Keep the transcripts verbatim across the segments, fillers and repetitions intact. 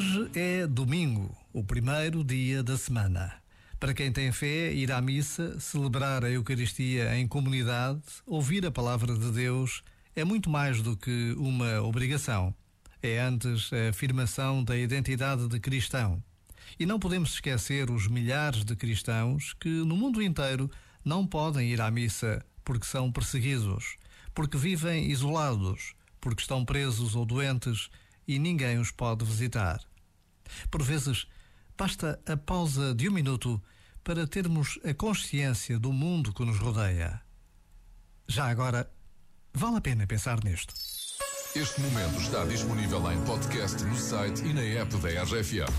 Hoje é domingo, o primeiro dia da semana. Para quem tem fé, ir à missa, celebrar a Eucaristia em comunidade, ouvir a palavra de Deus, é muito mais do que uma obrigação. É antes a afirmação da identidade de cristão. E não podemos esquecer os milhares de cristãos que no mundo inteiro não podem ir à missa porque são perseguidos, porque vivem isolados, porque estão presos ou doentes e ninguém os pode visitar. Por vezes, basta a pausa de um minuto para termos a consciência do mundo que nos rodeia. Já agora, vale a pena pensar nisto. Este momento está disponível em podcast no site e na app da R F M.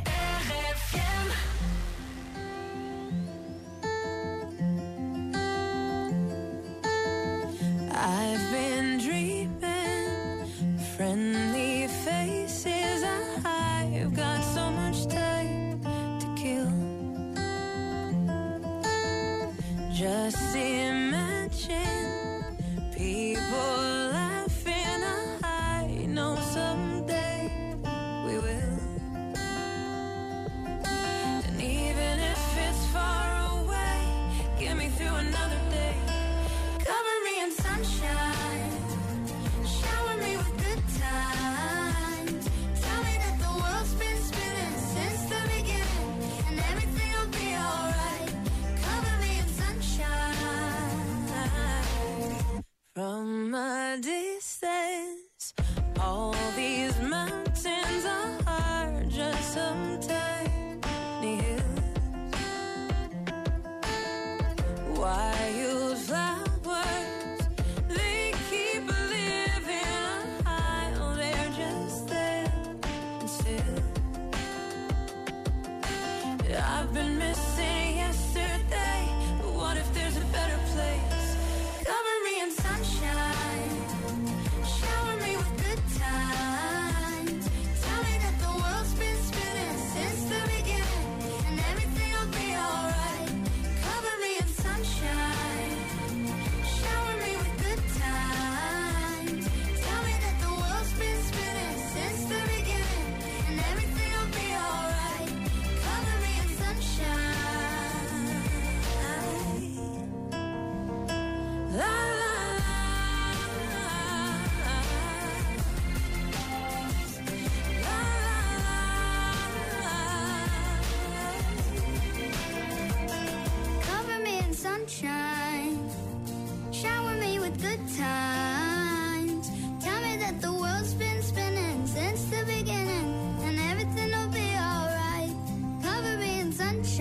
I've been dreaming, friendly faces. I've got so much time to kill. Just imagine people laughing. I know someday we will. And even if it's far away, get me through another day. Cover me in sunshine, shower me with good times. Tell me that the world's been spinning since the beginning, and everything will be alright. Cover me in sunshine. From a distance, all these mountains are just some tiny hills. Wildflowers, I've been missing yesterday, but what if there's a better place? Cover me in sunshine, shower me with good times. Tell me that the world's been spinning since the beginning, and everything will be alright. Cover me in sunshine, shower me with good times. Tell me that the world's been spinning since the beginning, and everything will be alright. Cover me in sunshine. La la la, la la. Cover me in sunshine, shower me with good times. Tell me that the world's been spinning since the beginning, and everything will be alright. Cover me in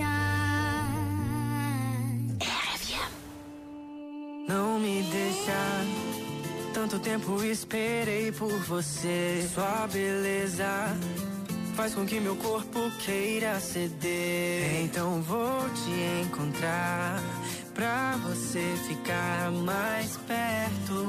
sunshine. R F M. Não me deixa, tanto tempo esperei por você. Sua beleza faz com que meu corpo queira ceder. Então vou te encontrar pra você ficar mais perto.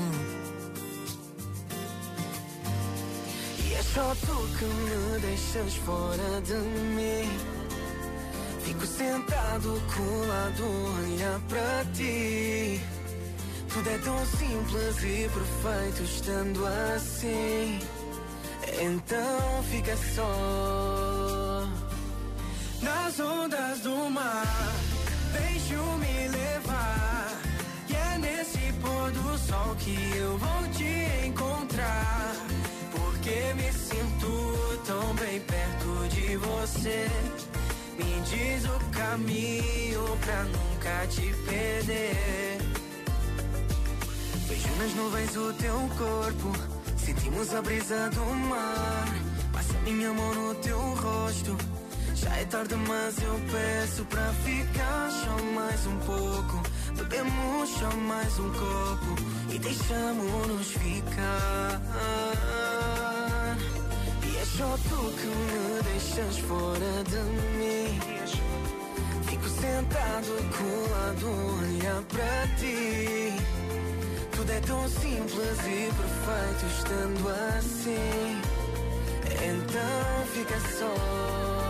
E é só tu que me deixas fora de mim. Fico sentado colado, olhar pra ti. Tudo é tão simples e perfeito estando assim. Então fica só nas ondas do mar. Deixo-me levar, e é nesse pôr do sol que eu vou te encontrar. Porque me sinto tão bem perto de você. Me diz o caminho pra nunca te perder. Vejo nas nuvens o teu corpo, sentimos a brisa do mar. Passa minha mão no teu rosto. Já é tarde, mas eu peço pra ficar só mais um pouco. Bebemos só mais um copo e deixamos-nos ficar. E é só tu que me deixas fora de mim. Fico sentado colado, olhar pra ti. Tudo é tão simples e perfeito estando assim. Então fica só